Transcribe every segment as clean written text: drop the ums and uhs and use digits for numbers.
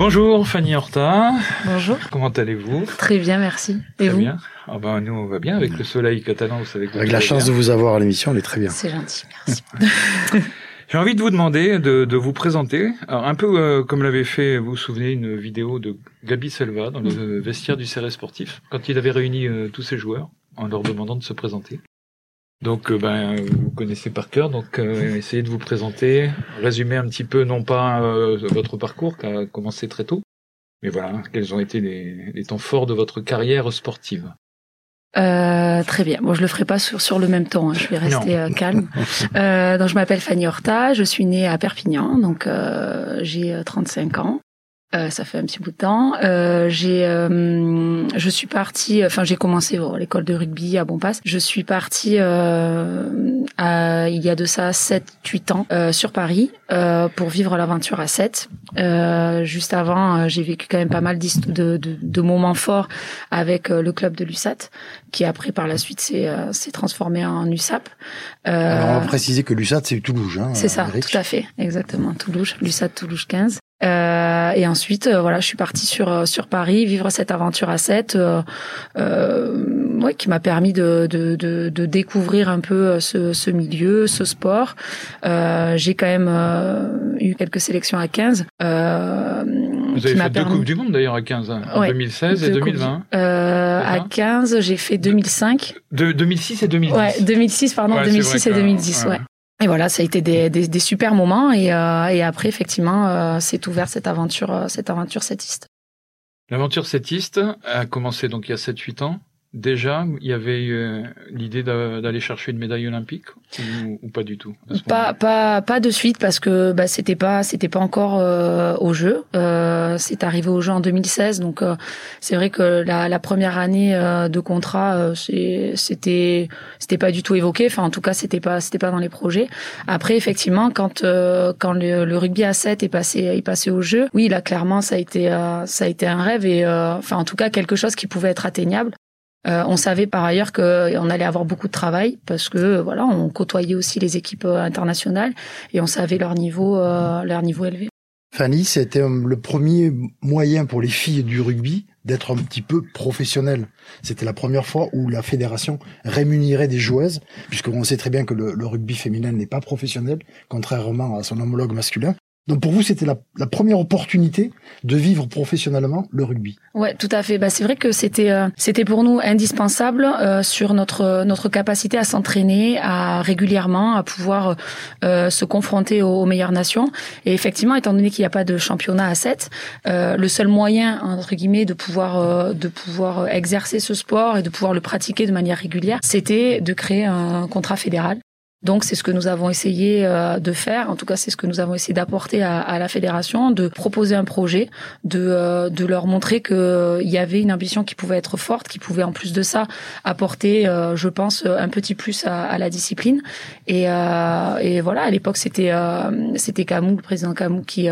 Bonjour Fanny Horta. Bonjour. Comment allez-vous? Très bien, merci. Et Très vous? bien. Ah ben, nous on va bien avec le soleil catalan, vous savez. Avec la chance de vous avoir à l'émission, on est très bien. C'est gentil, merci. J'ai envie de vous demander de vous présenter. Alors, un peu comme l'avait fait, vous vous souvenez, une vidéo de Gabi Selva dans le vestiaire du Cérès Sportif, quand il avait réuni tous ses joueurs en leur demandant de se présenter. Donc, vous connaissez par cœur, donc essayez de vous présenter, résumer un petit peu, non pas votre parcours qui a commencé très tôt, mais voilà, quels ont été les temps forts de votre carrière sportive. Très bien. Bon, je le ferai pas sur le même ton, hein. Je vais rester calme. Donc, je m'appelle Fanny Horta, je suis née à Perpignan, donc j'ai 35 ans. Ça fait un petit bout de temps. Je suis partie, j'ai commencé l'école de rugby à Bonpass. Je suis partie il y a de ça 7-8 ans sur Paris pour vivre l'aventure à 7. Juste avant, j'ai vécu quand même pas mal de moments forts avec le club de l'USAT, qui après par la suite s'est transformé en USAP. Alors on va préciser que l'USAT c'est Toulouse, hein. C'est ça, Eric. tout à fait, exactement. Toulouse, l'USAT Toulouse 15. Et ensuite, je suis partie sur Paris vivre cette aventure à 7, qui m'a permis de découvrir un peu ce milieu, ce sport. J'ai quand même eu quelques sélections à 15. Vous avez fait 2 Coupes du Monde d'ailleurs à 15, en 2016 et 2020. À 15, j'ai fait 2005. 2006 et 2010. Ouais, 2006, pardon, ouais, 2006 et 2010, ouais. Et voilà, ça a été des super moments et après effectivement c'est ouvert cette aventure sétiste. L'aventure sétiste a commencé donc il y a 7-8 ans. Déjà, il y avait l'idée d'aller chercher une médaille olympique ou pas du tout? Pas de suite parce que c'était pas encore aux Jeux. C'est arrivé aux Jeux en 2016, donc c'est vrai que la première année de contrat c'était pas du tout évoqué. Enfin en tout cas c'était pas dans les projets. Après effectivement quand le rugby à 7 est passé aux Jeux, oui là clairement ça a été un rêve et en tout cas quelque chose qui pouvait être atteignable. On savait par ailleurs qu'on allait avoir beaucoup de travail parce que voilà, on côtoyait aussi les équipes internationales et on savait leur niveau élevé. Fanny, c'était le premier moyen pour les filles du rugby d'être un petit peu professionnelles. C'était la première fois où la fédération rémunérait des joueuses, puisqu'on sait très bien que le rugby féminin n'est pas professionnel, contrairement à son homologue masculin. Donc pour vous, c'était la première opportunité de vivre professionnellement le rugby. Ouais, tout à fait. C'est vrai que c'était pour nous indispensable sur notre capacité à s'entraîner, régulièrement à pouvoir se confronter aux meilleures nations. Et effectivement, étant donné qu'il n'y a pas de championnat à 7, le seul moyen entre guillemets de pouvoir exercer ce sport et de pouvoir le pratiquer de manière régulière, c'était de créer un contrat fédéral. Donc c'est ce que nous avons essayé de faire. En tout cas, c'est ce que nous avons essayé d'apporter à la fédération, de proposer un projet, de leur montrer que il y avait une ambition qui pouvait être forte, qui pouvait en plus de ça apporter, je pense, un petit plus à la discipline. Et voilà, à l'époque c'était Camus, le président Camus qui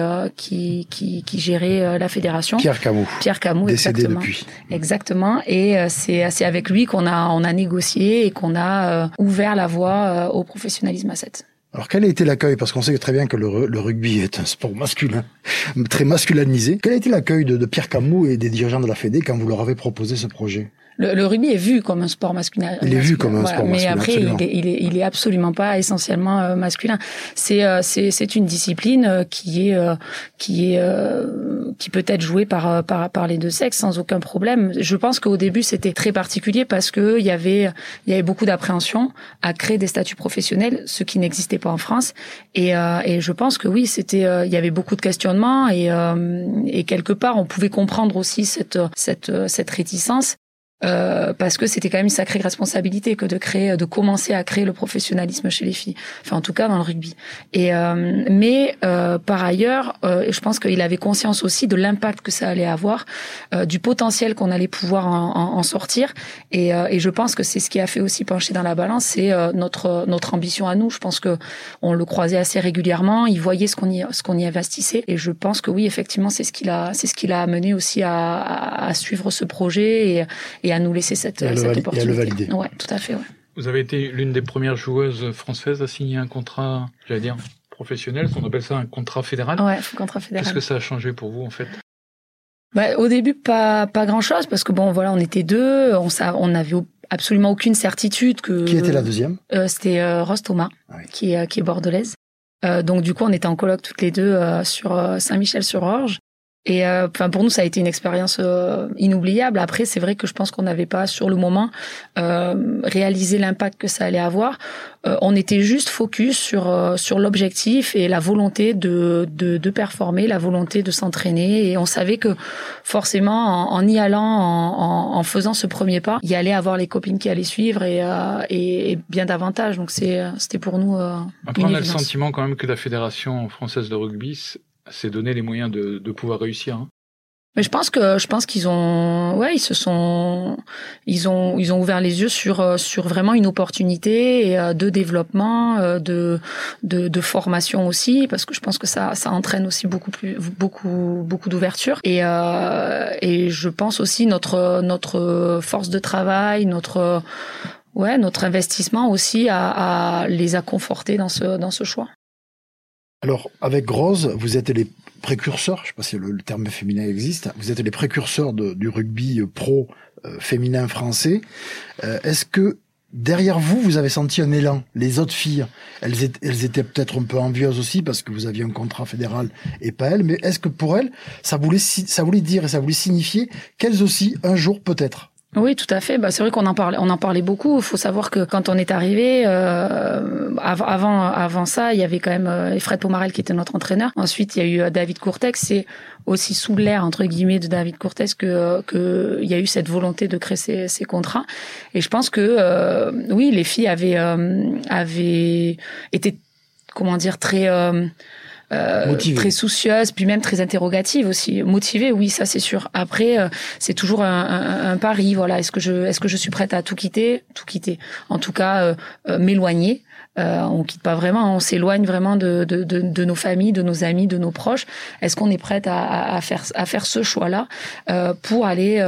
gérait la fédération. Pierre Camus, décédé exactement. Depuis. Exactement. Et c'est avec lui qu'on a négocié et qu'on a ouvert la voie au professionnalisme à 7. Alors quel a été l'accueil? Parce qu'on sait très bien que le rugby est un sport masculin, très masculinisé. Quel a été l'accueil de Pierre Camus et des dirigeants de la Fédé quand vous leur avez proposé ce projet? Le rugby est vu comme un sport masculin. Il est vu comme un sport masculin. Mais après, il est absolument pas essentiellement masculin. C'est une discipline qui peut être jouée par les deux sexes sans aucun problème. Je pense qu'au début c'était très particulier parce que il y avait beaucoup d'appréhension à créer des statuts professionnels, ce qui n'existait pas en France. Et je pense que oui, il y avait beaucoup de questionnements et quelque part on pouvait comprendre aussi cette réticence. Parce que c'était quand même une sacrée responsabilité que de commencer à créer le professionnalisme chez les filles. Enfin, en tout cas, dans le rugby. Mais par ailleurs, je pense qu'il avait conscience aussi de l'impact que ça allait avoir, du potentiel qu'on allait pouvoir en sortir. Et je pense que c'est ce qui a fait aussi pencher dans la balance, c'est notre ambition à nous. Je pense que on le croisait assez régulièrement. Il voyait ce qu'on y investissait. Et je pense que oui, effectivement, c'est ce qui l'a amené aussi à suivre ce projet et à nous laisser cette opportunité. Et à le valider. Ouais, tout à fait, ouais. Vous avez été l'une des premières joueuses françaises à signer un contrat, j'allais dire, professionnel, on appelle ça un contrat fédéral. Ouais, contrat fédéral. Qu'est-ce que ça a changé pour vous, en fait? Au début, pas grand-chose, parce que bon, voilà, on était deux, on n'avait absolument aucune certitude que... Qui était la deuxième? C'était Rose Thomas, oui. qui est bordelaise. Donc du coup, on était en coloc toutes les deux sur Saint-Michel-sur-Orge. Et pour nous, ça a été une expérience inoubliable. Après, c'est vrai que je pense qu'on n'avait pas, sur le moment, réalisé l'impact que ça allait avoir. On était juste focus sur l'objectif et la volonté de performer, la volonté de s'entraîner. Et on savait que forcément, en y allant, en faisant ce premier pas, il y allait avoir les copines qui allaient suivre et bien davantage. Donc c'était pour nous Après, une on a évidence. le sentiment quand même que la Fédération française de rugby s'est donné les moyens de pouvoir réussir. Hein. Mais je pense qu'ils ont, ils ont ouvert les yeux sur vraiment une opportunité de développement, de formation aussi, parce que je pense que ça entraîne aussi beaucoup d'ouverture. Et je pense aussi notre force de travail, notre investissement aussi les a confortés dans ce choix. Alors, avec Rose, vous êtes les précurseurs, je ne sais pas si le terme féminin existe, vous êtes les précurseurs du rugby pro féminin français. Est-ce que derrière vous, vous avez senti un élan? Les autres filles, elles étaient peut-être un peu envieuses aussi parce que vous aviez un contrat fédéral et pas elles, mais est-ce que pour elles, ça voulait dire et ça voulait signifier qu'elles aussi, un jour peut-être? Oui, tout à fait. C'est vrai qu'on en parlait beaucoup. Il faut savoir que quand on est arrivé, avant ça, il y avait quand même Fred Pomarel qui était notre entraîneur. Ensuite, il y a eu David Courtex. C'est aussi sous l'air entre guillemets de David Courtex que il y a eu cette volonté de créer ces contrats. Et je pense que oui, les filles avaient été, comment dire, très très soucieuse, puis même très interrogative aussi. Motivée, oui, ça c'est sûr. Après, c'est toujours un pari. Voilà, est-ce que je suis prête à tout quitter? En tout cas, m'éloigner. On quitte pas vraiment, on s'éloigne vraiment de nos familles, de nos amis, de nos proches. Est-ce qu'on est prête à faire ce choix-là pour aller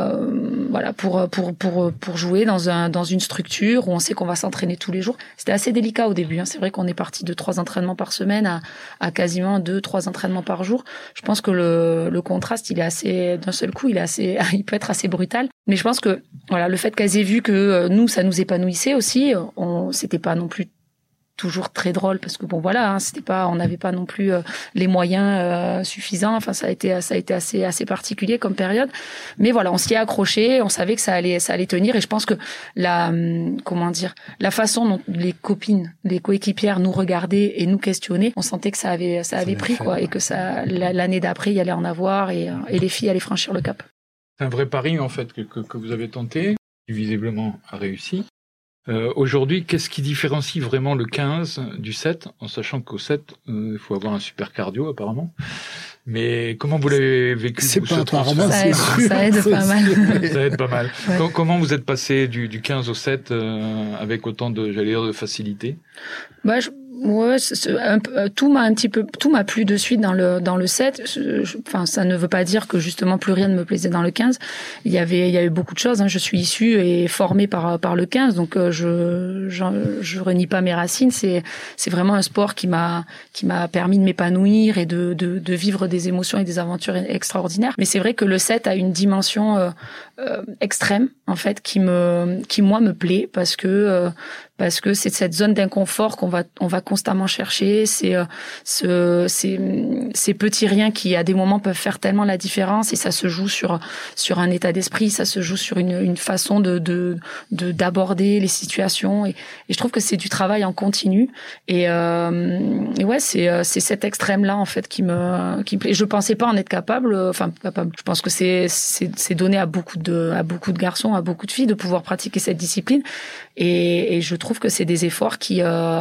pour jouer dans une structure où on sait qu'on va s'entraîner tous les jours? C'était assez délicat au début. Hein. C'est vrai qu'on est parti de 3 entraînements par semaine à quasiment 2-3 entraînements par jour. Je pense que le contraste, il est assez, d'un seul coup, il peut être assez brutal. Mais je pense que voilà, le fait qu'elles aient vu que nous, ça nous épanouissait aussi, c'était pas non plus toujours très drôle parce que bon voilà, hein, on n'avait pas non plus les moyens suffisants. Enfin, ça a été assez particulier comme période. Mais voilà, on s'y est accroché, on savait que ça allait tenir. Et je pense que la façon dont les copines, les coéquipières nous regardaient et nous questionnaient, on sentait que ça avait pris quoi, et que l'année d'après il y allait en avoir et les filles allaient franchir le cap. C'est un vrai pari en fait que vous avez tenté, qui visiblement a réussi. Aujourd'hui, qu'est-ce qui différencie vraiment le 15 du 7, en sachant qu'au 7, il faut avoir un super cardio apparemment. Mais comment vous l'avez vécu? C'est pas apparemment, c'est sûr. Ça aide pas mal. Ça aide pas mal. Ouais. Comment vous êtes passé du 15 au 7 avec autant de facilité? Tout m'a plu de suite dans le 7. Ça ne veut pas dire que justement plus rien ne me plaisait dans le 15. Il y avait beaucoup de choses. Hein. Je suis issue et formée par le 15, donc je renie pas mes racines. C'est vraiment un sport qui m'a permis de m'épanouir et de vivre des émotions et des aventures extraordinaires. Mais c'est vrai que le 7 a une dimension extrême en fait qui moi me plaît parce que c'est cette zone d'inconfort qu'on va constamment chercher, ces petits riens qui à des moments peuvent faire tellement la différence, et ça se joue sur un état d'esprit, ça se joue sur une façon d'aborder les situations, et je trouve que c'est du travail en continu, et ouais, c'est cet extrême là en fait qui me plaît. Je pensais pas en être capable. Je pense que c'est donné à beaucoup de garçons, à beaucoup de filles de pouvoir pratiquer cette discipline, et je trouve que c'est des efforts qui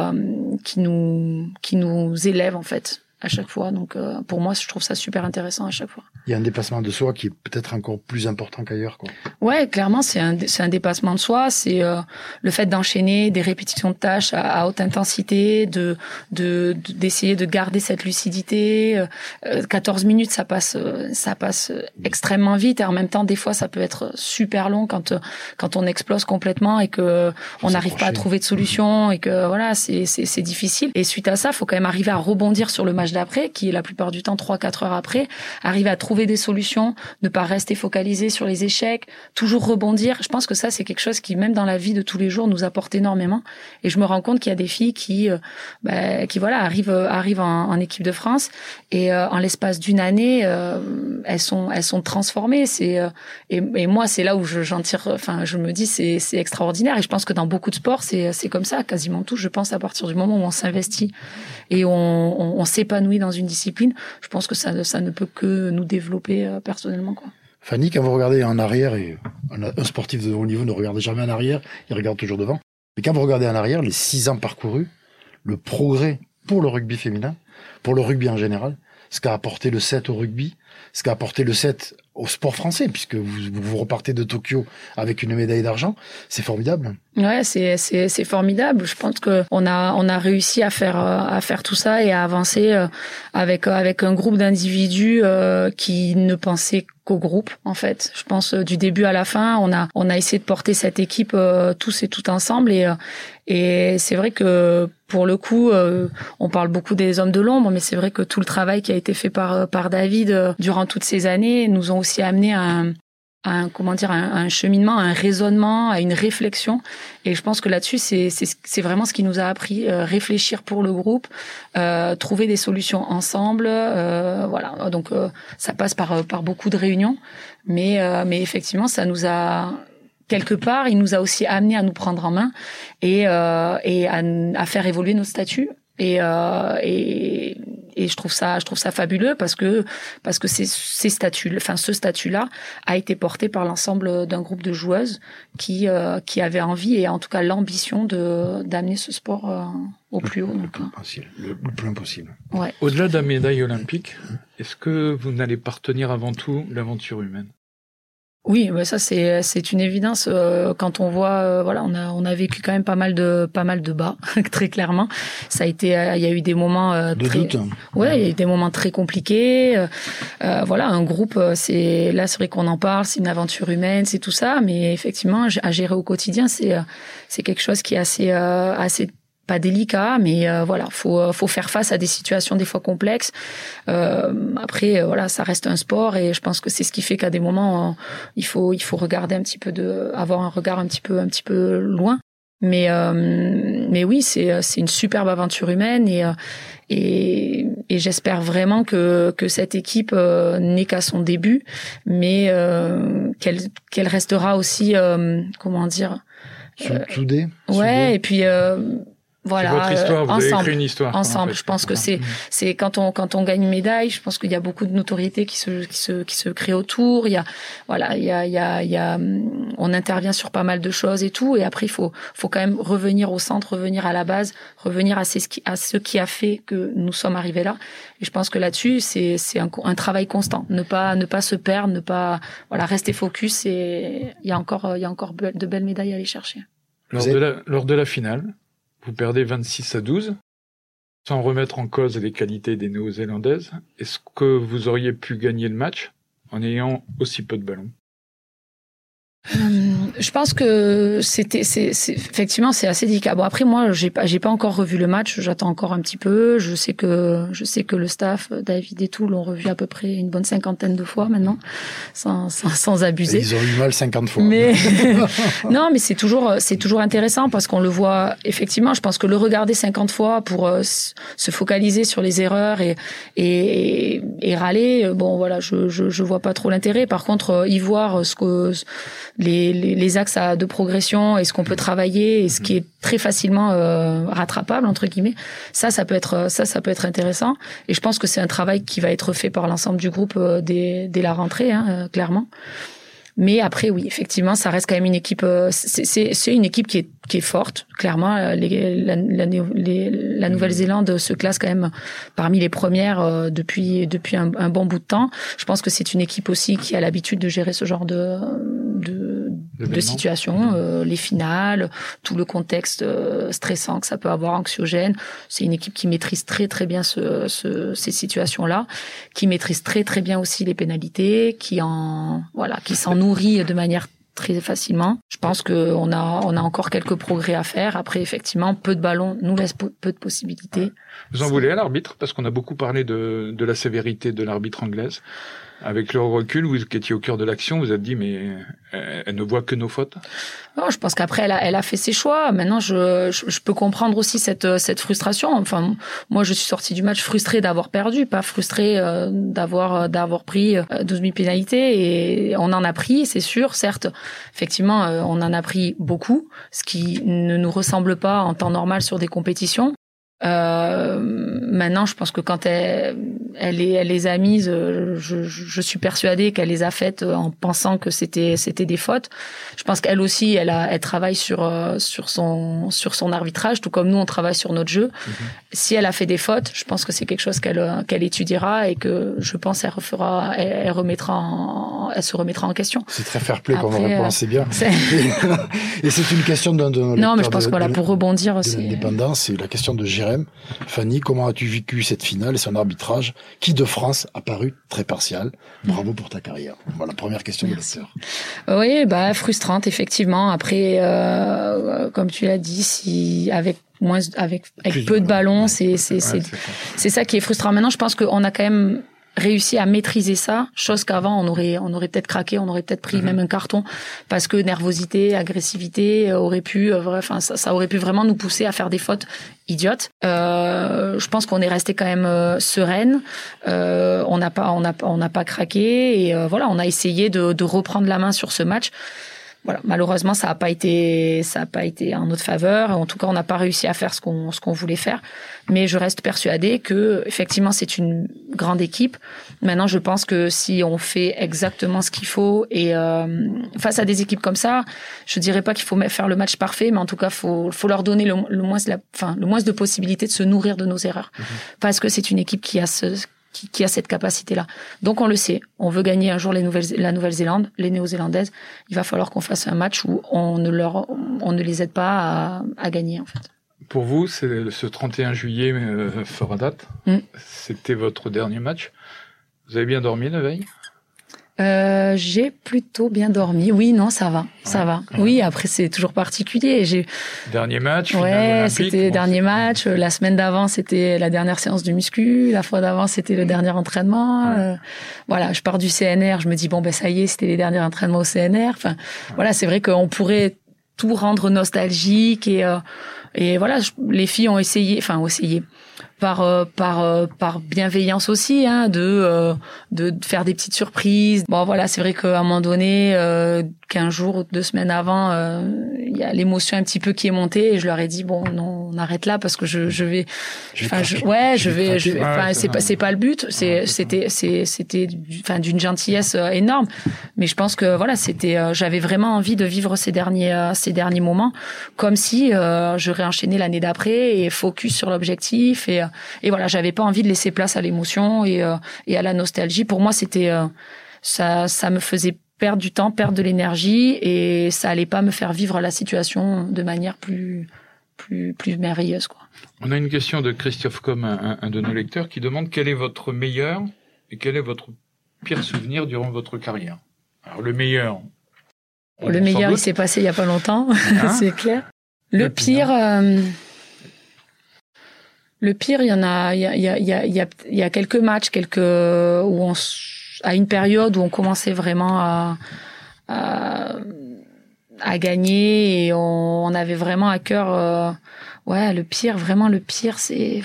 nous élèvent en fait à chaque fois. Donc pour moi, je trouve ça super intéressant à chaque fois. Il y a un dépassement de soi qui est peut-être encore plus important qu'ailleurs, quoi. Ouais, clairement, c'est un dépassement de soi. C'est le fait d'enchaîner des répétitions de tâches à haute intensité, d'essayer de garder cette lucidité. 14 minutes, ça passe extrêmement vite, et en même temps, des fois, ça peut être super long quand on explose complètement et que on n'arrive pas à trouver de solution, et que voilà, c'est difficile. Et suite à ça, faut quand même arriver à rebondir sur le match d'après, qui est la plupart du temps 3-4 heures après, arriver à trouver des solutions, ne pas rester focalisé sur les échecs, toujours rebondir. Je pense que ça, c'est quelque chose qui, même dans la vie de tous les jours, nous apporte énormément. Et je me rends compte qu'il y a des filles qui voilà, arrivent en équipe de France et en l'espace d'une année, elles sont transformées. Et moi, c'est là où j'en tire. Enfin, je me dis, c'est extraordinaire. Et je pense que dans beaucoup de sports, c'est comme ça, quasiment tout. Je pense à partir du moment où on s'investit et on s'épanouit dans une discipline, je pense que ça ne peut que nous développer personnellement, quoi. Fanny, quand vous regardez en arrière, et un sportif de haut niveau ne regarde jamais en arrière, il regarde toujours devant. Mais quand vous regardez en arrière, les 6 ans parcourus, le progrès pour le rugby féminin, pour le rugby en général, ce qu'a apporté le 7 au rugby, ce qu'a apporté le 7 au sport français, puisque vous repartez de Tokyo avec une médaille d'argent, c'est formidable. Ouais, c'est formidable. Je pense que on a réussi à faire tout ça et à avancer avec un groupe d'individus qui ne pensaient qu'au groupe, en fait. Je pense du début à la fin, on a essayé de porter cette équipe tous et toutes ensemble et c'est vrai que pour le coup, on parle beaucoup des hommes de l'ombre, mais c'est vrai que tout le travail qui a été fait par David durant toutes ces années nous ont aussi amené à un cheminement, à un raisonnement, à une réflexion. Et je pense que là-dessus, c'est vraiment ce qui nous a appris, réfléchir pour le groupe, trouver des solutions ensemble. Voilà. Donc ça passe par beaucoup de réunions, mais effectivement, ça nous a quelque part, il nous a aussi amené à nous prendre en main et à faire évoluer nos statuts. Et je trouve ça fabuleux parce que ce statut-là a été porté par l'ensemble d'un groupe de joueuses qui avaient envie et en tout cas l'ambition d'amener ce sport au plus haut. Le plus loin possible. Ouais. Au-delà de la médaille olympique, est-ce que vous n'allez pas retenir avant tout l'aventure humaine? Oui, mais ça c'est une évidence quand on voit voilà, on a vécu quand même pas mal de bas très clairement. Ça a été il y a eu des moments de doute. Ouais, il y a eu des moments très compliqués. Voilà, un groupe c'est vrai qu'on en parle, c'est une aventure humaine, c'est tout ça, mais effectivement à gérer au quotidien, c'est quelque chose qui est assez pas délicat, mais voilà, faut faire face à des situations des fois complexes. Après, voilà, ça reste un sport et je pense que c'est ce qui fait qu'à des moments, il faut regarder un petit peu avoir un regard un petit peu loin. Mais oui, c'est une superbe aventure humaine et j'espère vraiment que cette équipe n'est qu'à son début, mais qu'elle restera aussi, comment dire, soudée. Ouais, et puis voilà, c'est votre histoire, vous ensemble, avez écrit une histoire. ensemble. En fait. Je pense que c'est quand on gagne une médaille, je pense qu'il y a beaucoup de notoriété qui se crée autour. Il y a on intervient sur pas mal de choses et tout. Et après, il faut quand même revenir au centre, revenir à la base, revenir à ce qui a fait que nous sommes arrivés là. Et je pense que là-dessus, c'est un travail constant. Ne pas se perdre, rester focus. Et il y a encore de belles médailles à aller chercher. Lors de la finale, vous perdez 26-12, sans remettre en cause les qualités des Néo-Zélandaises. Est-ce que vous auriez pu gagner le match en ayant aussi peu de ballons? Je pense que effectivement c'est assez délicat. Bon après moi j'ai pas encore revu le match, j'attends encore un petit peu. Je sais que le staff, David et tout l'ont revu à peu près une bonne 50aine de fois maintenant, sans abuser. Et ils ont eu mal 50 fois. Mais non, mais c'est toujours intéressant parce qu'on le voit effectivement. Je pense que le regarder 50 fois pour se focaliser sur les erreurs et râler, bon voilà, je vois pas trop l'intérêt. Par contre, y voir les axes de progression et ce qu'on peut travailler et ce qui est très facilement rattrapable entre guillemets, ça peut être intéressant et je pense que c'est un travail qui va être fait par l'ensemble du groupe dès la rentrée, clairement. Mais après, oui, effectivement, ça reste quand même une équipe. C'est une équipe qui est forte, clairement. La Nouvelle-Zélande se classe quand même parmi les premières depuis un bon bout de temps. Je pense que c'est une équipe aussi qui a l'habitude de gérer ce genre de situation, les finales, tout le contexte stressant que ça peut avoir, anxiogène. C'est une équipe qui maîtrise très très bien ces situations-là, qui maîtrise très très bien aussi les pénalités, qui s'en nourrit de manière très facilement. Je pense qu'on a encore quelques progrès à faire. Après, effectivement, peu de ballons nous laisse peu de possibilités. Vous en voulez à l'arbitre? Parce qu'on a beaucoup parlé de la sévérité de l'arbitre anglaise. Avec le recul, vous qui étiez au cœur de l'action, vous êtes dit, mais elle ne voit que nos fautes? Non, je pense qu'après, elle a fait ses choix. Maintenant, je peux comprendre aussi cette frustration. Enfin, moi, je suis sortie du match frustrée d'avoir perdu, pas frustrée d'avoir pris 12 000 pénalités. Et on en a pris, c'est sûr. Certes, effectivement, on en a pris beaucoup, ce qui ne nous ressemble pas en temps normal sur des compétitions. Maintenant, je pense que quand elle les a mises, je suis persuadée qu'elle les a faites en pensant que c'était des fautes. Je pense qu'elle aussi, elle travaille sur son arbitrage, tout comme nous on travaille sur notre jeu. Si elle a fait des fautes, je pense que c'est quelque chose qu'elle étudiera et que je pense elle se remettra en question. C'est très fair-play comme réponse, c'est bien. Et c'est une question non, mais je pense que pour rebondir, c'est l'indépendance, c'est la question de Jérém. Fanny, comment as-tu vécu cette finale et son arbitrage qui de France a paru très partial? Bravo pour ta carrière. Voilà, première question de lecteur. Oui, frustrante effectivement. Après, comme tu l'as dit, si avec peu de ballons, c'est ça qui est frustrant. Maintenant, je pense qu'on a quand même réussi à maîtriser ça, chose qu'avant on aurait peut-être craqué, on aurait peut-être pris même un carton parce que nervosité, agressivité aurait pu ça aurait pu vraiment nous pousser à faire des fautes idiotes. Je pense qu'on est resté quand même sereine, on n'a pas craqué et voilà, on a essayé de reprendre la main sur ce match. Voilà, malheureusement, ça a pas été en notre faveur. En tout cas, on n'a pas réussi à faire ce qu'on voulait faire. Mais je reste persuadée que, effectivement, c'est une grande équipe. Maintenant, je pense que si on fait exactement ce qu'il faut et face à des équipes comme ça, je dirais pas qu'il faut faire le match parfait, mais en tout cas, faut leur donner le moins de possibilités de se nourrir de nos erreurs, parce que c'est une équipe qui a cette capacité-là. Donc on le sait, on veut gagner un jour la Nouvelle-Zélande, les Néo-Zélandaises. Il va falloir qu'on fasse un match où on ne les aide pas à gagner en fait. Pour vous, ce 31 juillet fera date. C'était votre dernier match. Vous avez bien dormi la veille? J'ai plutôt bien dormi. Oui, non, ça va. Oui, après c'est toujours particulier. Dernier match. Ouais, c'était dernier match. La semaine d'avant, c'était la dernière séance de muscu. La fois d'avant, c'était le dernier entraînement. Voilà, je pars du CNR. Je me dis ça y est, c'était les derniers entraînements au CNR. Enfin, voilà, c'est vrai qu'on pourrait tout rendre nostalgique et voilà, les filles ont essayé par bienveillance aussi, de faire des petites surprises. Bon, voilà, c'est vrai qu'à un moment donné, 15 jours, 2 semaines avant, il y a l'émotion un petit peu qui est montée et je leur ai dit bon, non, on arrête là parce que c'est pas le but. C'était d'une gentillesse énorme, mais je pense que voilà, j'avais vraiment envie de vivre ces derniers moments comme si j'aurais enchaîné l'année d'après et focus sur l'objectif et voilà, j'avais pas envie de laisser place à l'émotion et à la nostalgie. Pour moi, c'était ça me faisait perdre du temps, perdre de l'énergie et ça allait pas me faire vivre la situation de manière plus merveilleuse, quoi. On a une question de Christophe Com, un de nos lecteurs, qui demande quel est votre meilleur et quel est votre pire souvenir durant votre carrière. Alors le meilleur. Il s'est passé il y a pas longtemps, c'est clair. Le pire, il y a quelques matchs, où à une période où on commençait vraiment à gagner et on avait vraiment à cœur, le pire, c'est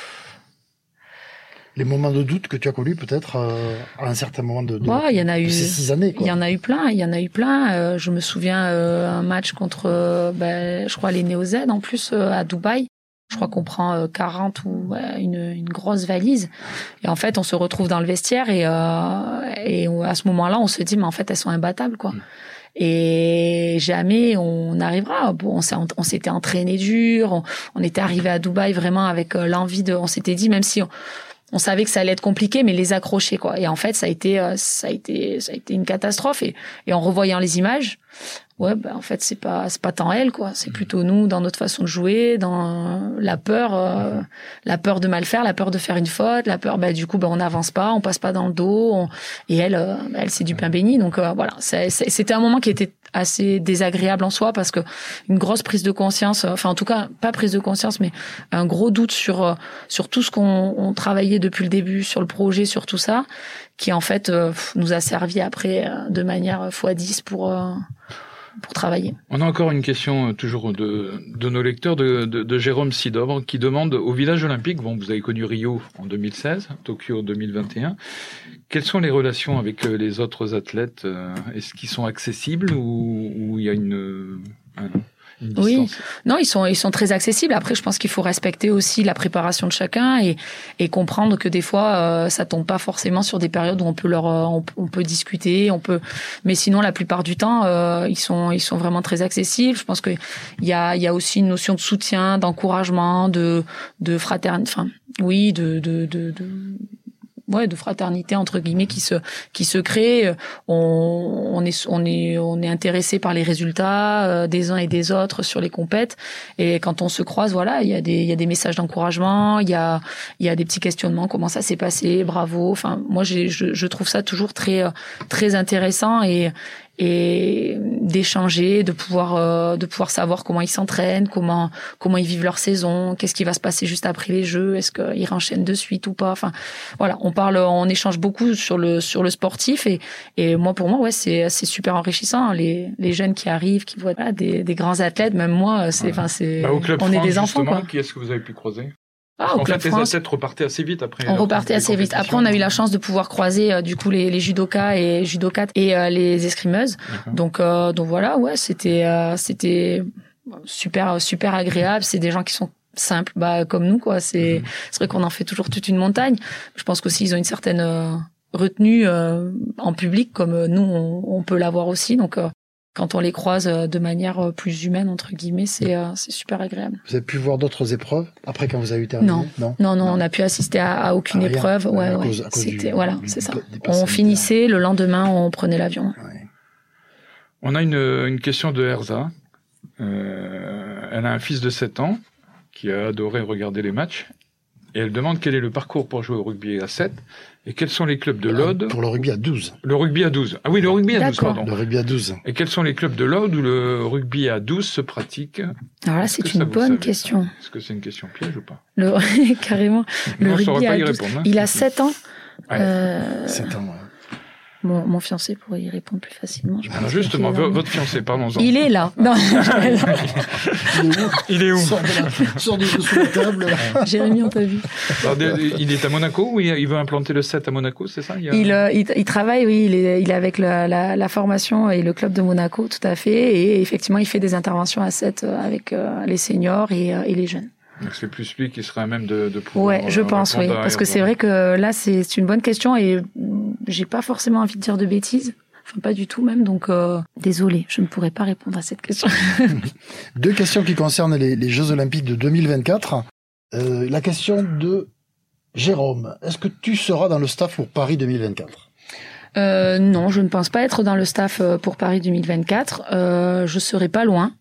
les moments de doute que tu as connus peut-être à un certain moment de il y en a eu ces 6 années, quoi. Il y en a eu plein. Je me souviens un match contre je crois les Néo-Z en plus à Dubaï. Je crois qu'on prend 40 ou une grosse valise. Et en fait, on se retrouve dans le vestiaire et à ce moment-là, on se dit mais en fait, elles sont imbattables, quoi. Et jamais on arrivera. Bon, on s'était entraîné dur, on était arrivé à Dubaï vraiment avec l'envie on s'était dit même si on savait que ça allait être compliqué, mais les accrocher, quoi. Et en fait, ça a été une catastrophe. Et en revoyant les images, en fait, c'est pas tant elle, quoi. C'est plutôt nous, dans notre façon de jouer, dans la peur de mal faire, la peur de faire une faute, la peur, du coup, on n'avance pas, on passe pas dans le dos. Et elle, c'est du pain béni. Donc, voilà. C'était un moment qui était assez désagréable en soi parce que une grosse prise de conscience, enfin en tout cas pas prise de conscience, mais un gros doute sur tout ce qu'on travaillait depuis le début, sur le projet, sur tout ça, qui en fait nous a servi après de manière x10 pour travailler. On a encore une question toujours de nos lecteurs, de Jérôme Sidovre, qui demande au village olympique, bon, vous avez connu Rio en 2016, Tokyo en 2021, quelles sont les relations avec les autres athlètes? Est-ce qu'ils sont accessibles ou il y a une distance? Oui, non, ils sont très accessibles. Après, je pense qu'il faut respecter aussi la préparation de chacun et comprendre que des fois, ça tombe pas forcément sur des périodes où on peut discuter, mais sinon, la plupart du temps, ils sont vraiment très accessibles. Je pense que il y a aussi une notion de soutien, d'encouragement, de fraternité, enfin, oui, de fraternité entre guillemets qui se crée. On est intéressé par les résultats des uns et des autres sur les compètes, et quand on se croise, voilà, il y a des messages d'encouragement, il y a des petits questionnements, comment ça s'est passé, bravo. Enfin, moi je trouve ça toujours très très intéressant et d'échanger, de pouvoir savoir comment ils s'entraînent, comment ils vivent leur saison, qu'est-ce qui va se passer juste après les jeux, est-ce qu'ils renchaînent de suite ou pas. Enfin, voilà, on échange beaucoup sur le sportif et pour moi, ouais, c'est super enrichissant. Les jeunes qui arrivent, qui voient des grands athlètes, même moi, Au Club on France, est des enfants, quoi. Qui est-ce que vous avez pu croiser? Au Club France, les athlètes repartaient assez vite après. On repartait assez vite. Après, on a eu la chance de pouvoir croiser du coup les judokas et judokates et les escrimeuses. Donc voilà, ouais, c'était super agréable. C'est des gens qui sont simples, comme nous, quoi. C'est vrai qu'on en fait toujours toute une montagne. Je pense qu'aussi ils ont une certaine retenue en public, comme nous on peut l'avoir aussi. Donc quand on les croise de manière plus humaine, entre guillemets, c'est super agréable. Vous avez pu voir d'autres épreuves après quand vous avez terminé? Non, on a pu assister à aucune épreuve. Ouais. C'était, voilà, c'est ça. On finissait, le lendemain, on prenait l'avion. Ouais. On a une question de Erza. Elle a un fils de 7 ans qui a adoré regarder les matchs. Et elle demande quel est le parcours pour jouer au rugby à 7 et quels sont les clubs de l'Aude. Pour le rugby à 12. Le rugby à 12. Ah oui, le rugby à 12, pardon. Le rugby à 12. Et quels sont les clubs de l'Aude où le rugby à 12 se pratique? Alors là, c'est une bonne question. Est-ce que c'est une question piège ou pas? Carrément. Le rugby à 12. Répondre, hein. Il a 7 ans. 7 ans, ouais. Mon fiancé pourrait y répondre plus facilement. Alors justement, votre fiancé, parlons-en. Il est là. Non. Il est où? Sors de sous la table. Jérémy, on t'a vu. Alors, il est à Monaco ou il veut implanter le 7 à Monaco, c'est ça? Il travaille, oui. Il est avec la formation et le club de Monaco, tout à fait. Et effectivement, il fait des interventions à 7 avec les seniors et les jeunes. Donc c'est plus lui qui serait à même de pouvoir... Ouais, je pense, oui. Parce que c'est vrai que là, c'est une bonne question et j'ai pas forcément envie de dire de bêtises. Enfin, pas du tout même. Donc, désolé, je ne pourrais pas répondre à cette question. 2 questions qui concernent les Jeux Olympiques de 2024. La question de Jérôme. Est-ce que tu seras dans le staff pour Paris 2024? Non, je ne pense pas être dans le staff pour Paris 2024. Je serai pas loin.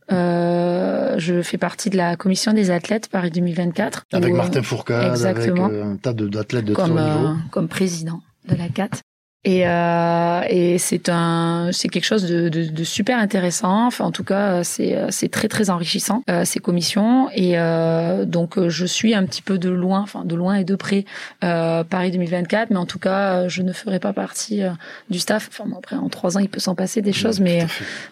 Je fais partie de la commission des athlètes Paris 2024. Avec Martin Fourcade, exactement, avec un tas d'athlètes de très haut niveau. Comme président de la CAT. Et c'est quelque chose de super intéressant. Enfin, en tout cas, c'est très très enrichissant ces commissions. Et donc je suis un petit peu de loin et de près Paris 2024. Mais en tout cas, je ne ferai pas partie du staff. Enfin, bon, après en 3 ans, il peut s'en passer des choses, mais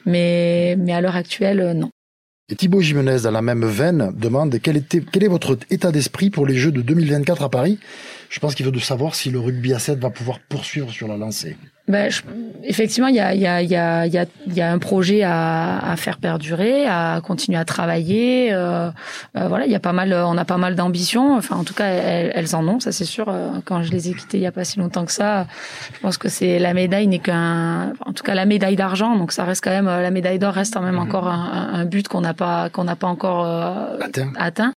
à l'heure actuelle, non. Et Thibaut Jimenez, dans la même veine, demande quel est votre état d'esprit pour les Jeux de 2024 à Paris? Je pense qu'il veut de savoir si le rugby à 7 va pouvoir poursuivre sur la lancée. Effectivement, il y a un projet à faire perdurer, à continuer à travailler. Voilà, on a pas mal d'ambitions. Enfin, en tout cas, elles en ont, ça c'est sûr. Quand je les ai quittées il y a pas si longtemps que ça, je pense que la médaille n'est en tout cas la médaille d'argent. Donc ça reste quand même, la médaille d'or reste quand même encore un but qu'on n'a pas encore atteint.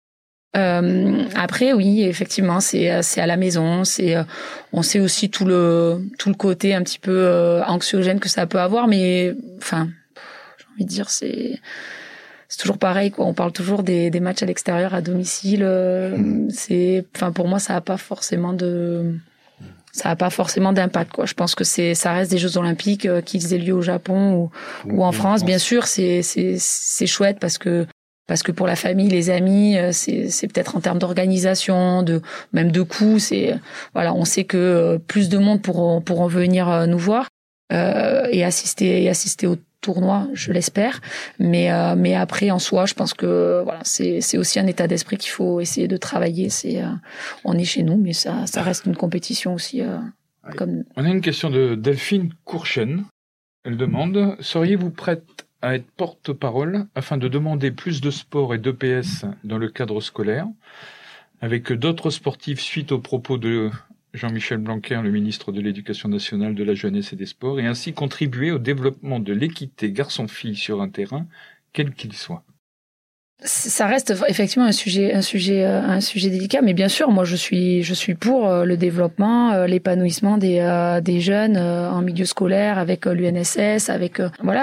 Après, oui, effectivement, c'est à la maison. On sait aussi tout le côté un petit peu anxiogène que ça peut avoir, mais enfin, j'ai envie de dire, c'est toujours pareil, quoi. On parle toujours des matchs à l'extérieur, à domicile. Enfin, pour moi, ça a pas forcément ça n'a pas forcément d'impact, quoi. Je pense que ça reste des Jeux Olympiques, qu'ils aient lieu au Japon ou en France. Bien sûr, c'est chouette parce que pour la famille, les amis, c'est peut-être en termes d'organisation, même de coûts, voilà, on sait que plus de monde pourront venir nous voir et assister au tournoi, je l'espère. Mais après, en soi, je pense que voilà, c'est aussi un état d'esprit qu'il faut essayer de travailler. On est chez nous, mais ça reste une compétition aussi. Comme... On a une question de Delphine Courchen. Elle demande: seriez-vous prête à être porte-parole afin de demander plus de sport et d'EPS dans le cadre scolaire, avec d'autres sportifs suite aux propos de Jean-Michel Blanquer, le ministre de l'Éducation nationale, de la jeunesse et des sports, et ainsi contribuer au développement de l'équité garçon-fille sur un terrain, quel qu'il soit? Ça reste effectivement un sujet délicat, mais bien sûr, moi je suis pour le développement, l'épanouissement des jeunes en milieu scolaire, avec l'UNSS, avec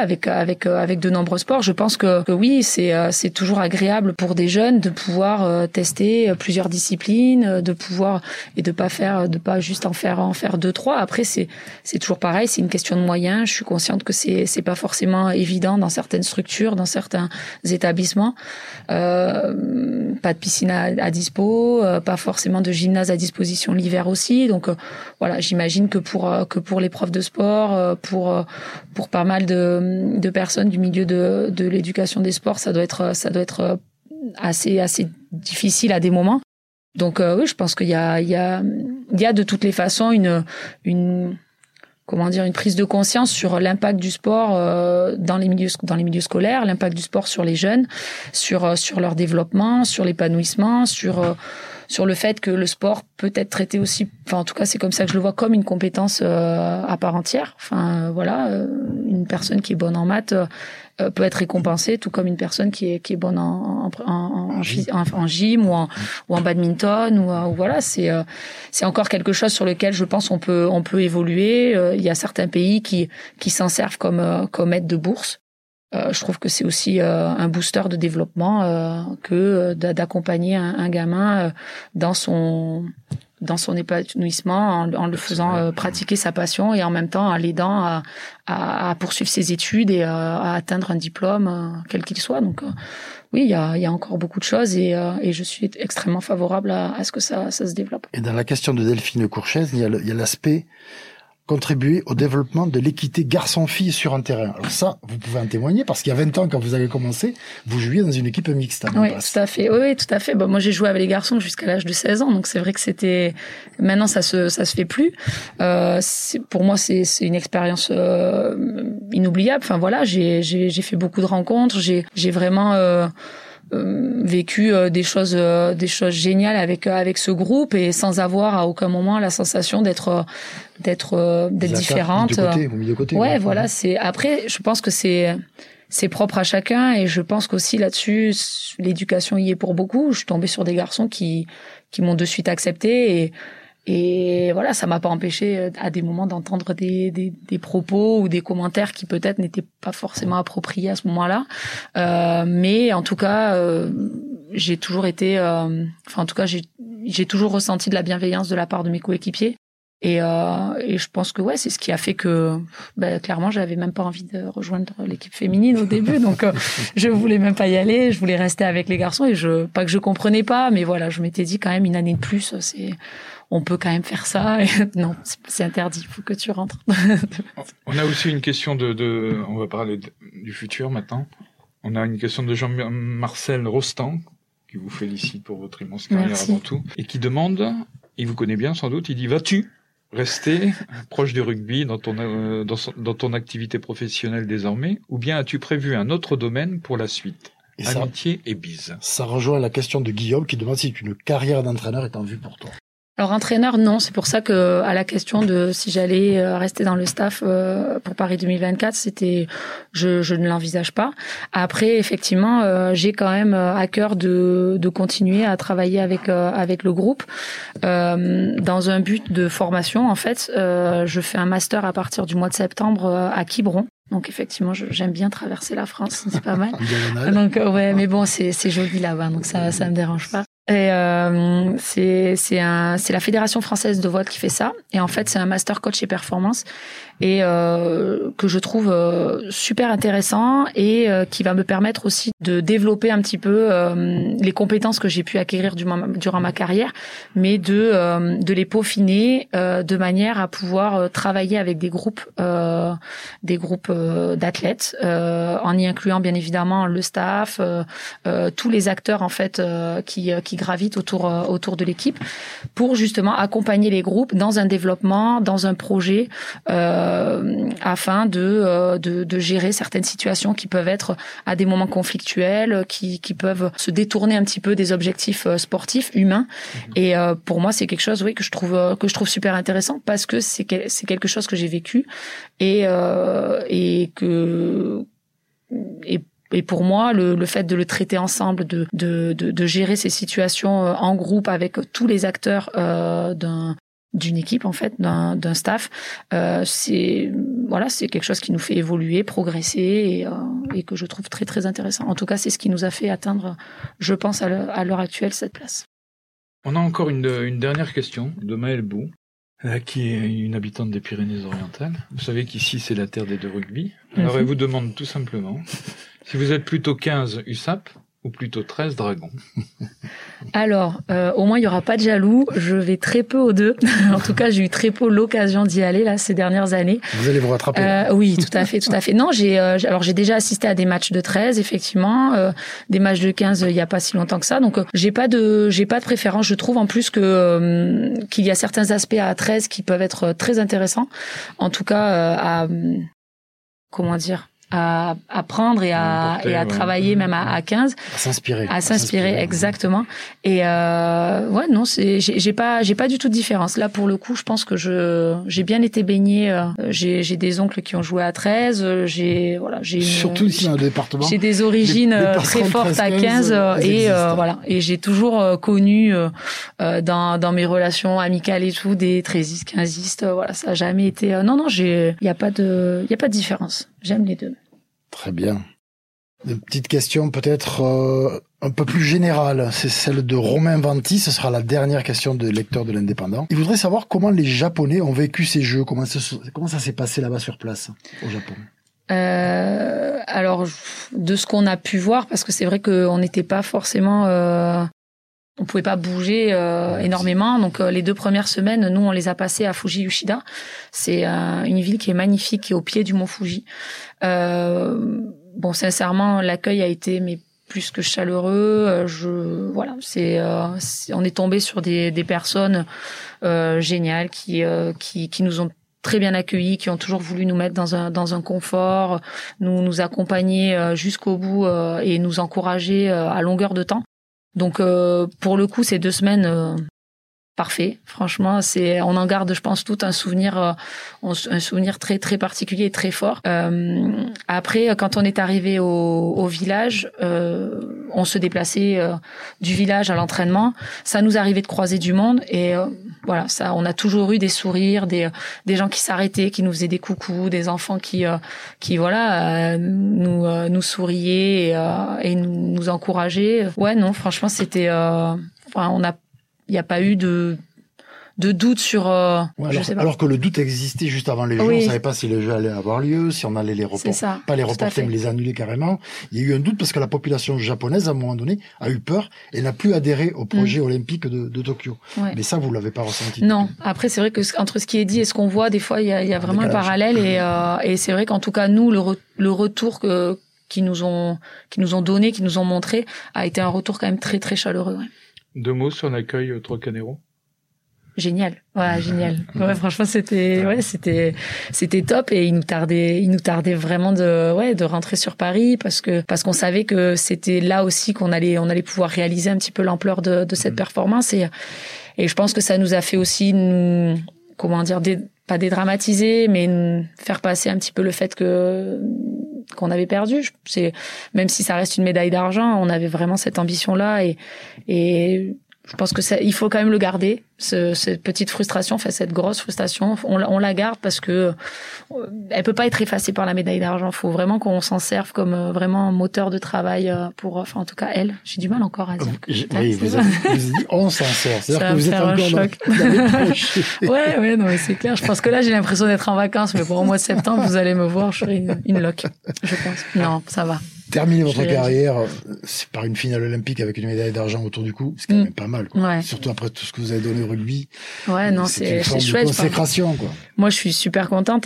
de nombreux sports. Je pense que oui, c'est toujours agréable pour des jeunes de pouvoir tester plusieurs disciplines, de pouvoir et de pas juste en faire 2-3. Après c'est toujours pareil, c'est une question de moyens. Je suis consciente que c'est pas forcément évident dans certaines structures, dans certains établissements. Pas de piscine à dispo, pas forcément de gymnase à disposition l'hiver aussi. Donc voilà, j'imagine que pour les profs de sport, pour pas mal de personnes du milieu de l'éducation des sports, ça doit être assez difficile à des moments. Donc oui, je pense qu'il y a de toutes les façons une prise de conscience sur l'impact du sport dans les milieux scolaires, l'impact du sport sur les jeunes, sur leur développement, sur l'épanouissement, sur le fait que le sport peut être traité aussi, en tout cas c'est comme ça que je le vois, comme une compétence à part entière. Une personne qui est bonne en maths peut être récompensée, tout comme une personne qui est bonne en gym ou en badminton ou voilà, c'est encore quelque chose sur lequel je pense on peut évoluer. Il y a certains pays qui s'en servent comme aide de bourse. Je trouve que c'est aussi un booster de développement que d'accompagner un gamin dans son épanouissement en le faisant pratiquer sa passion et en même temps en l'aidant à poursuivre ses études et à atteindre un diplôme quel qu'il soit. Donc oui, il y a encore beaucoup de choses et je suis extrêmement favorable à ce que ça se développe. Et dans la question de Delphine Courchaise, il y a l'aspect contribuer au développement de l'équité garçon-fille sur un terrain. Alors ça, vous pouvez en témoigner, parce qu'il y a 20 ans, quand vous avez commencé, vous jouiez dans une équipe mixte. Oui, tout à fait. Oui, tout à fait. Bon, moi, j'ai joué avec les garçons jusqu'à l'âge de 16 ans, donc c'est vrai que c'était... Maintenant, ça se fait plus. Pour moi, c'est une expérience inoubliable. Enfin, voilà, j'ai fait beaucoup de rencontres. J'ai vraiment... vécu des choses géniales avec ce groupe et sans avoir à aucun moment la sensation d'être différente. De côté, ouais, voilà, après je pense que c'est propre à chacun et je pense qu'aussi là-dessus l'éducation y est pour beaucoup. Je suis tombée sur des garçons qui m'ont de suite accepté et voilà, ça m'a pas empêché à des moments d'entendre des propos ou des commentaires qui peut-être n'étaient pas forcément appropriés à ce moment-là. Mais en tout cas, j'ai toujours été, j'ai toujours ressenti de la bienveillance de la part de mes coéquipiers. Et je pense que ouais, c'est ce qui a fait que clairement j'avais même pas envie de rejoindre l'équipe féminine au début, donc je voulais même pas y aller, je voulais rester avec les garçons et pas que je comprenais pas, mais voilà, je m'étais dit quand même une année de plus, on peut quand même faire ça. Et non, c'est interdit, il faut que tu rentres. On a aussi une question on va parler du futur maintenant. On a une question de Jean-Marcel Rostand, qui vous félicite pour votre immense carrière. Merci. Avant tout, et qui demande, il vous connaît bien sans doute, il dit: vas-tu rester proche du rugby dans ton activité professionnelle désormais, ou bien as-tu prévu un autre domaine pour la suite? Amitié et bise. Ça rejoint la question de Guillaume qui demande si une carrière d'entraîneur est en vue pour toi. Alors entraîneur, non. C'est pour ça que à la question de si j'allais rester dans le staff pour Paris 2024, je ne l'envisage pas. Après, effectivement, j'ai quand même à cœur de continuer à travailler avec le groupe dans un but de formation. En fait, je fais un master à partir du mois de septembre à Quiberon. Donc effectivement, j'aime bien traverser la France, c'est pas mal. Donc ouais, mais bon, c'est joli là-bas, donc ça me dérange pas. Et c'est la Fédération française de voile qui fait ça. Et en fait, c'est un master coach et performance et que je trouve super intéressant et qui va me permettre aussi de développer un petit peu les compétences que j'ai pu acquérir durant ma carrière, mais de les peaufiner de manière à pouvoir travailler avec des groupes d'athlètes, en y incluant bien évidemment le staff, tous les acteurs en fait qui gravitent autour de l'équipe, pour justement accompagner les groupes dans un développement, dans un projet, afin de gérer certaines situations qui peuvent être à des moments conflictuels, qui peuvent se détourner un petit peu des objectifs sportifs, humains. Et pour moi, c'est quelque chose, oui, que je trouve super intéressant, parce que c'est quelque chose que j'ai vécu et pour moi, le fait de le traiter ensemble, de gérer ces situations en groupe avec tous les acteurs d'une équipe, en fait, d'un staff, c'est quelque chose qui nous fait évoluer, progresser et que je trouve très très intéressant. En tout cas, c'est ce qui nous a fait atteindre, je pense, à l'heure actuelle, cette place. On a encore une dernière question de Maëlle Bou, qui est une habitante des Pyrénées-Orientales. Vous savez qu'ici, c'est la terre des deux rugby. Alors, elle vous demande tout simplement si vous êtes plutôt 15 USAP ou plutôt 13 Dragons. Alors, au moins, il n'y aura pas de jaloux. Je vais très peu aux deux. En tout cas, j'ai eu très peu l'occasion d'y aller là ces dernières années. Vous allez vous rattraper. Oui, tout à fait. Non, j'ai déjà assisté à des matchs de 13, effectivement, des matchs de 15 il n'y a pas si longtemps que ça. Donc, j'ai pas de préférence. Je trouve en plus qu'il y a certains aspects à 13 qui peuvent être très intéressants. En tout cas, à apprendre et à travailler même à 15, à s'inspirer exactement. Et non, j'ai pas du tout de différence là. Pour le coup, je pense que j'ai bien été baignée. J'ai des oncles qui ont joué à 13, surtout ici dans le département, j'ai des origines très fortes à 15 et j'ai toujours connu dans mes relations amicales et tout des 13istes, 15istes, ça a jamais été il y a pas de différence. J'aime les deux. Très bien. Une petite question peut-être un peu plus générale, c'est celle de Romain Vanti, ce sera la dernière question de lecteur de l'Indépendant. Il voudrait savoir comment les Japonais ont vécu ces Jeux, comment ça s'est passé là-bas sur place, au Japon. Alors, de ce qu'on a pu voir, parce que c'est vrai qu'on n'était pas forcément... on pouvait pas bouger énormément, donc les 2 premières semaines, nous on les a passées à Fuji Yoshida. C'est une ville qui est magnifique, qui est au pied du mont Fuji. Sincèrement, l'accueil a été plus que chaleureux. On est tombé sur des personnes géniales qui nous ont très bien accueillis, qui ont toujours voulu nous mettre dans un confort, nous accompagner jusqu'au bout et nous encourager à longueur de temps. Donc pour le coup, ces 2 semaines parfait. Franchement, on en garde, je pense, tout un souvenir très très particulier et très fort. Après, quand on est arrivé au village, on se déplaçait du village à l'entraînement. Ça nous arrivait de croiser du monde et ça, on a toujours eu des sourires, des gens qui s'arrêtaient, qui nous faisaient des coucous, des enfants qui nous souriaient et nous encourageaient. Ouais, non, franchement, c'était il n'y a pas eu de doute sur... alors que le doute existait juste avant les Jeux, on ne savait pas si les Jeux allaient avoir lieu, si on allait les reporter, pas les reporter, mais les annuler carrément. Il y a eu un doute parce que la population japonaise, à un moment donné, a eu peur et n'a plus adhéré au projet olympique de Tokyo. Ouais. Mais ça, vous ne l'avez pas ressenti. Non, après, c'est vrai que entre ce qui est dit et ce qu'on voit, des fois, il y a vraiment un parallèle. Et c'est vrai qu'en tout cas, nous, le retour qu'ils nous ont donné, qu'ils nous ont montré, a été un retour quand même très, très chaleureux. Ouais. 2 mots sur l'accueil au Trocadéro. Génial. Ouais, génial. Ouais, franchement, c'était top et il nous tardait vraiment de rentrer sur Paris parce qu'on savait que c'était là aussi qu'on allait pouvoir réaliser un petit peu l'ampleur de cette performance et je pense que ça nous a fait aussi pas dédramatiser, mais faire passer un petit peu le fait qu'on avait perdu. Même si ça reste une médaille d'argent, on avait vraiment cette ambition-là et Je pense que il faut quand même le garder, cette petite frustration, enfin cette grosse frustration, on la garde parce que elle peut pas être effacée par la médaille d'argent. Faut vraiment qu'on s'en serve comme vraiment moteur de travail pour, enfin en tout cas elle. J'ai du mal encore à dire que oui, vous avez dit on s'en sert. C'est-à-dire que vous êtes encore dans ouais, non mais c'est clair. Je pense que là j'ai l'impression d'être en vacances, mais pour au mois de septembre vous allez me voir, je serai une loque, je pense. Non, ça va. Terminer votre carrière, c'est par une finale olympique avec une médaille d'argent autour du cou, c'est quand même pas mal, quoi. Ouais. Surtout après tout ce que vous avez donné au rugby. Ouais, non, c'est chouette. Consécration, quoi. Moi, je suis super contente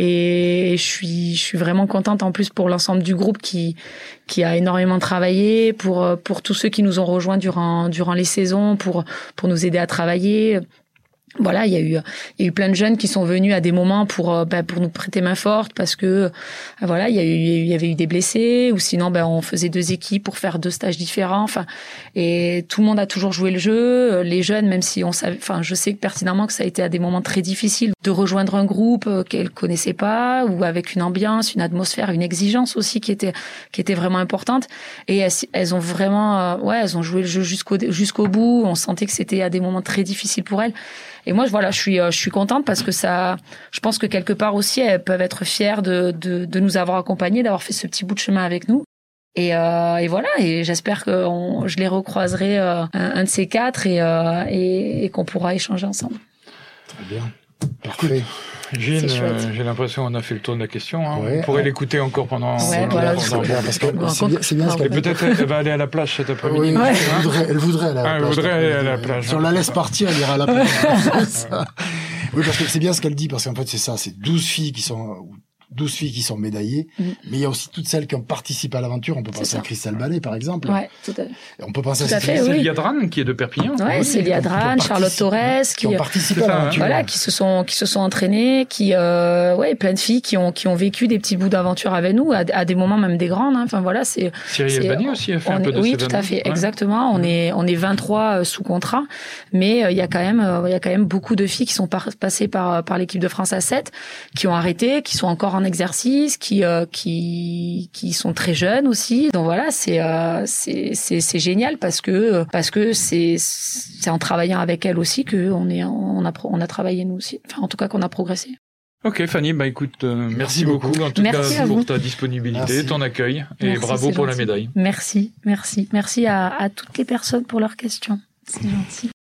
et je suis vraiment contente en plus pour l'ensemble du groupe qui a énormément travaillé, pour tous ceux qui nous ont rejoints durant les saisons, pour nous aider à travailler. Voilà, il y a eu plein de jeunes qui sont venus à des moments pour nous prêter main forte parce que voilà, il y avait eu des blessés, ou sinon on faisait 2 équipes pour faire 2 stages différents, enfin, et tout le monde a toujours joué le jeu. Les jeunes, même si on savait, enfin, je sais que pertinemment que ça a été à des moments très difficiles de rejoindre un groupe qu'elles connaissaient pas, ou avec une ambiance, une atmosphère, une exigence aussi qui était vraiment importante, et elles ont vraiment elles ont joué le jeu jusqu'au bout. On sentait que c'était à des moments très difficiles pour elles. Et moi, voilà, je suis contente parce que ça, je pense que quelque part aussi, elles peuvent être fières de nous avoir accompagnés, d'avoir fait ce petit bout de chemin avec nous. Et voilà, et j'espère que je les recroiserai un de ces 4 et qu'on pourra échanger ensemble. Très bien. Parfait. Gilles, j'ai l'impression qu'on a fait le tour de la question. Hein. Ouais, on pourrait l'écouter encore pendant... Ouais, voilà, parce que c'est bien ce qu'elle... Peut-être elle va aller à la plage cet après-midi. Oui, elle voudrait aller à la plage. Elle voudrait aller à la plage. Si on la laisse partir, elle ira à la plage. Oui, parce que c'est bien ce qu'elle dit, parce qu'en fait, c'est ça, c'est 12 filles qui sont médaillées, mais il y a aussi toutes celles qui ont participé à l'aventure. On peut penser à Christelle Ballet, par exemple. Ouais, tout à fait. On peut penser à Célia Drane, qui est de Perpignan. Ouais, Célia Drane, Charlotte Torres, qui ont participé à l'aventure. Voilà, qui se sont entraînées, plein de filles qui ont vécu des petits bouts d'aventure avec nous, à des moments même des grandes, hein. Enfin, voilà, c'est... Cyril Elbani aussi a fait un peu de Oui, tout à fait, ouais. Exactement. On est 23 sous contrat, mais il y a quand même beaucoup de filles qui sont passées par l'équipe de France à 7, qui ont arrêté, qui sont encore en exercice, qui sont très jeunes aussi. Donc voilà, c'est génial parce que c'est en travaillant avec elles aussi que on a travaillé nous aussi. Enfin, en tout cas, qu'on a progressé. Ok, Fanny, écoute, merci beaucoup en tout cas pour ta disponibilité, ton accueil, et bravo pour la médaille. Merci à toutes les personnes pour leurs questions. C'est gentil.